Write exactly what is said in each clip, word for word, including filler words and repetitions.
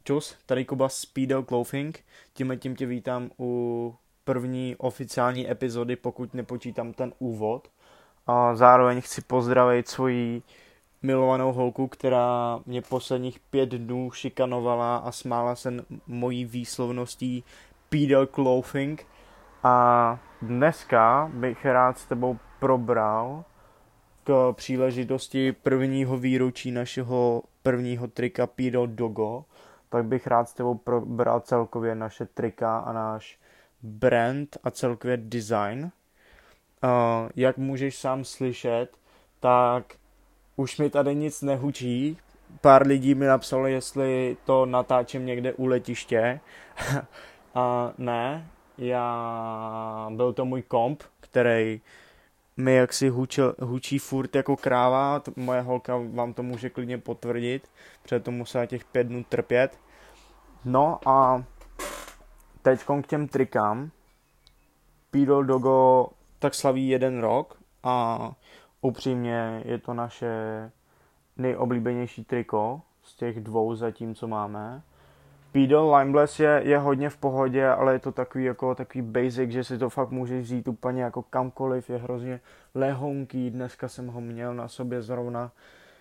Čus, tady Kuba z Speedo Clothing. Tímhle tím tě vítám u první oficiální epizody, pokud nepočítám ten úvod. A zároveň chci pozdravit svoji milovanou holku, která mě posledních pět dnů šikanovala a smála se mojí výslovností Speedo Clothing. A dneska bych rád s tebou probral k příležitosti prvního výročí našeho prvního trika Speedo Dogo, tak bych rád s tebou probral celkově naše trika a náš brand a celkově design. Uh, jak můžeš sám slyšet, tak už mi tady nic nehučí. Pár lidí mi napsalo, jestli to natáčím někde u letiště. A ne, já byl to můj komp, který mi jaksi hučil, hučí furt jako kráva. Moje holka vám to může klidně potvrdit, protože to musela těch pět dnů trpět. No a teďkon k těm trikám. Speedo Dogo tak slaví jeden rok a upřímně je to naše nejoblíbenější triko z těch dvou zatím, co máme. Speedo Limeless je, je hodně v pohodě, ale je to takový jako takový basic, že si to fakt můžeš vzít úplně jako kamkoliv, je hrozně lehonký, dneska jsem ho měl na sobě zrovna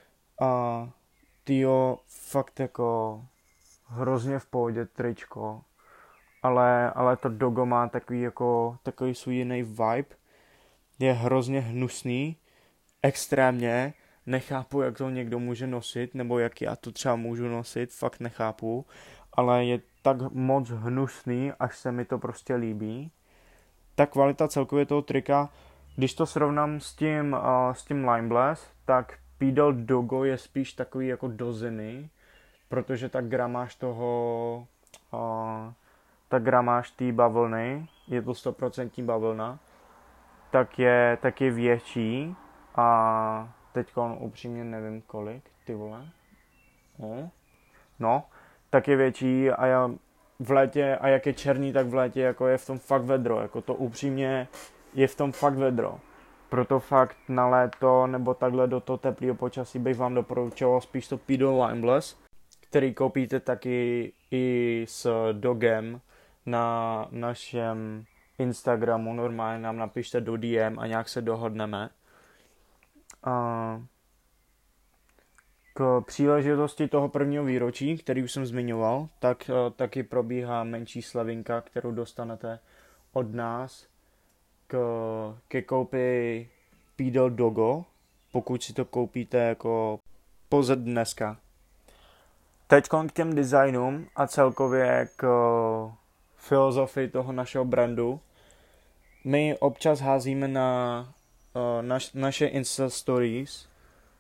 a tyjo, fakt jako hrozně v pohodě tričko, ale, ale to Dogo má takový jako takový svůj jiný vibe, je hrozně hnusný, extrémně, nechápu, jak to někdo může nosit, nebo jak já to třeba můžu nosit, fakt nechápu, ale je tak moc hnusný, až se mi to prostě líbí. Ta kvalita celkově toho trika, když to srovnám s tím, uh, s tím Limeless, tak Speedo Dogo je spíš takový jako do zimy, protože ta gramáž toho, uh, ta gramáž té bavlny, je to sto procent bavlna, tak je, tak je větší a teďkon upřímně nevím kolik, ty vole. No, no tak je větší a já v létě, a jak je černý, tak v létě jako je v tom fakt vedro, jako to upřímně je v tom fakt vedro. Proto fakt na léto nebo takhle do toho teplého počasí bych vám doporučoval spíš to Speedo Limeless, který koupíte taky i s Dogem na našem Instagramu, normálně nám napište do D M a nějak se dohodneme. Uh, K příležitosti toho prvního výročí, který už jsem zmiňoval, tak uh, taky probíhá menší slavinka, kterou dostanete od nás k, ke koupi Speedo Dogo, pokud si to koupíte jako pouze dneska. Teď k těm designům a celkově k filozofii toho našeho brandu. My občas házíme na uh, naš, naše Insta Stories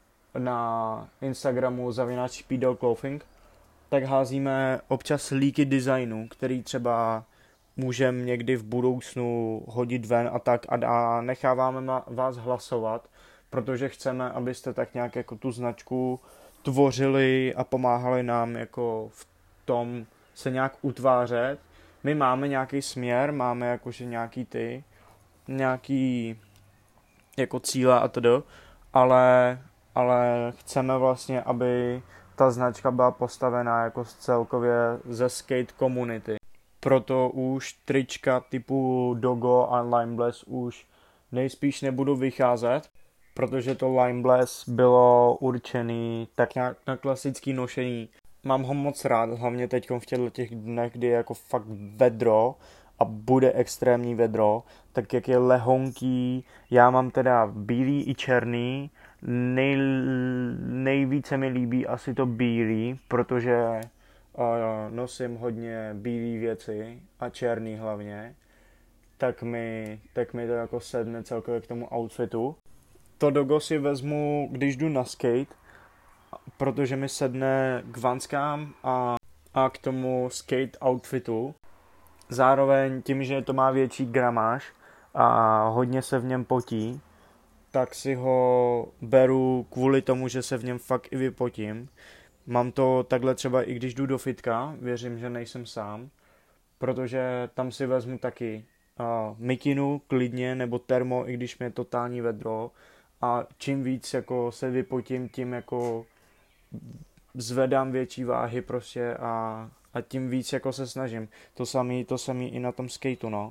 na Instagramu zavináč Speedo Clothing, tak házíme občas líky designu, který třeba můžeme někdy v budoucnu hodit ven a tak a necháváme vás hlasovat, protože chceme, abyste tak nějak jako tu značku tvořili a pomáhali nám jako v tom se nějak utvářet. My máme nějaký směr, máme jakože nějaký ty, nějaký jako cíle a td., ale, ale chceme vlastně, aby ta značka byla postavená jako celkově ze skate community. Proto už trička typu Dogo a Limeless už nejspíš nebudu vycházet, protože to Limeless bylo určený tak nějak na klasický nošení. Mám ho moc rád, hlavně teď v těchto těch dnech, kdy je jako fakt vedro a bude extrémní vedro, tak jak je lehonký, já mám teda bílý i černý, Nej, nejvíce mi líbí asi to bílý, protože uh, nosím hodně bílý věci a černý hlavně, tak mi, tak mi to jako sedne celkově k tomu outfitu. To Dogo si vezmu, když jdu na skate, protože mi sedne k vanskám a, a k tomu skate outfitu. Zároveň tím, že to má větší gramáž a hodně se v něm potí, tak si ho beru kvůli tomu, že se v něm fakt i vypotím. Mám to takhle třeba i když jdu do fitka, věřím, že nejsem sám, protože tam si vezmu taky uh, mikinu klidně nebo termo, i když mi je totální vedro. A čím víc jako se vypotím, tím jako zvedám větší váhy prostě a, a tím víc jako se snažím. To samý, to samý i na tom skateu, no.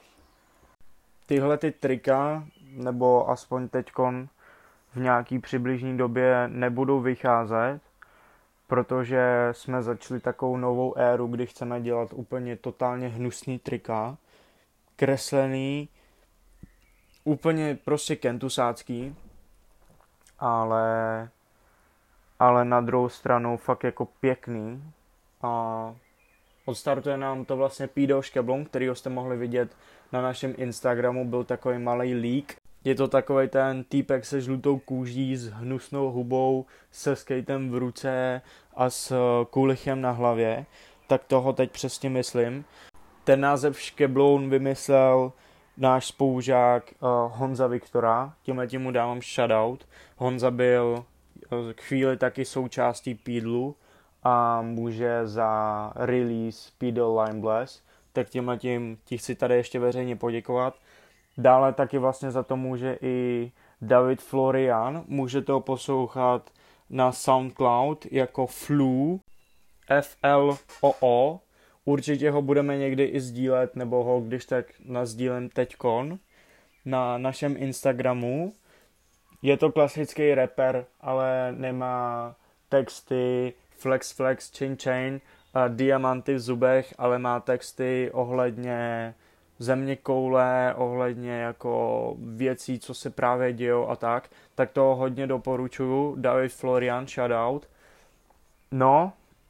Tyhle ty trika, nebo aspoň teďkon v nějaký přibližní době nebudou vycházet, protože jsme začali takovou novou éru, kdy chceme dělat úplně totálně hnusný trika, kreslený, úplně prostě kentusácký, ale, ale na druhou stranu fakt jako pěkný. A odstartuje nám to vlastně Pído Škeblon, kterýho jste mohli vidět na našem Instagramu, byl takový malý leak. Je to takový ten týpek se žlutou kůží, s hnusnou hubou, se skatem v ruce a s kulichem na hlavě. Tak toho teď přesně myslím. Ten název Škebloun vymyslel náš spolužák uh, Honza Viktora, tímhle tím mu dávám shoutout. Honza byl uh, chvíli taky součástí Pídlu a může za release Pídl Lime Blast, tak tímhle tím ti chci tady ještě veřejně poděkovat. Dále taky vlastně za to může i David Florian, můžete ho poslouchat na SoundCloud jako Flu, F L O O. Určitě ho budeme někdy i sdílet, nebo ho když tak nasdílem teďkon na našem Instagramu. Je to klasický rapper, ale nemá texty flex flex chain chain, a diamanty v zubech, ale má texty ohledně země koule, ohledně jako věcí, co se právě dějou a tak. Tak to hodně doporučuju. David Florian, shoutout. No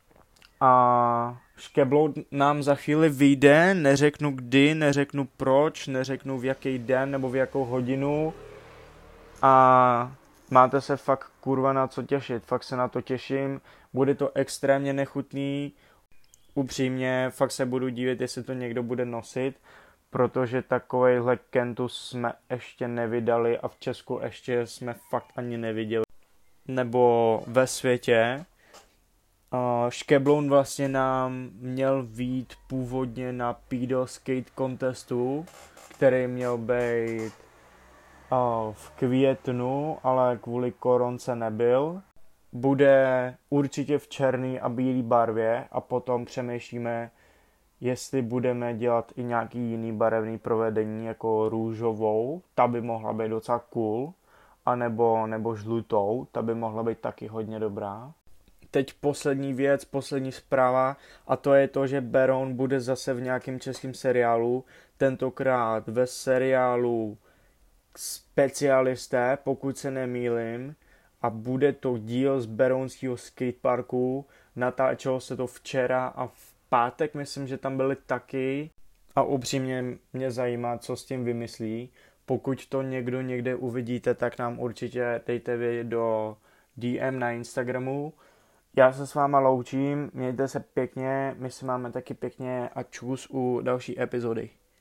a Škebloun nám za chvíli vyjde, neřeknu kdy, neřeknu proč, neřeknu v jaký den nebo v jakou hodinu a máte se fakt kurva na co těšit, fakt se na to těším, bude to extrémně nechutný, upřímně fakt se budu divit, jestli to někdo bude nosit, protože takovejhle kentus jsme ještě nevydali a v Česku ještě jsme fakt ani neviděli, nebo ve světě. Uh, Škebloun vlastně nám měl vyjít původně na Pído Skate Contestu, který měl být uh, v květnu, ale kvůli koronce nebyl. Bude určitě v černý a bílý barvě a potom přemýšlíme, jestli budeme dělat i nějaký jiný barevný provedení jako růžovou, ta by mohla být docela cool, anebo, nebo žlutou, ta by mohla být taky hodně dobrá. Teď poslední věc, poslední zpráva a to je to, že Beroun bude zase v nějakém českém seriálu, tentokrát ve seriálu Specialisté, pokud se nemýlim, a bude to díl z berounského skateparku, natáčelo se to včera a v pátek myslím, že tam byli taky a upřímně mě zajímá, co s tím vymyslí. Pokud to někdo někde uvidíte, tak nám určitě dejte vědět do D M na Instagramu. Já se s váma loučím, mějte se pěkně, my si máme taky pěkně a čus u další epizody.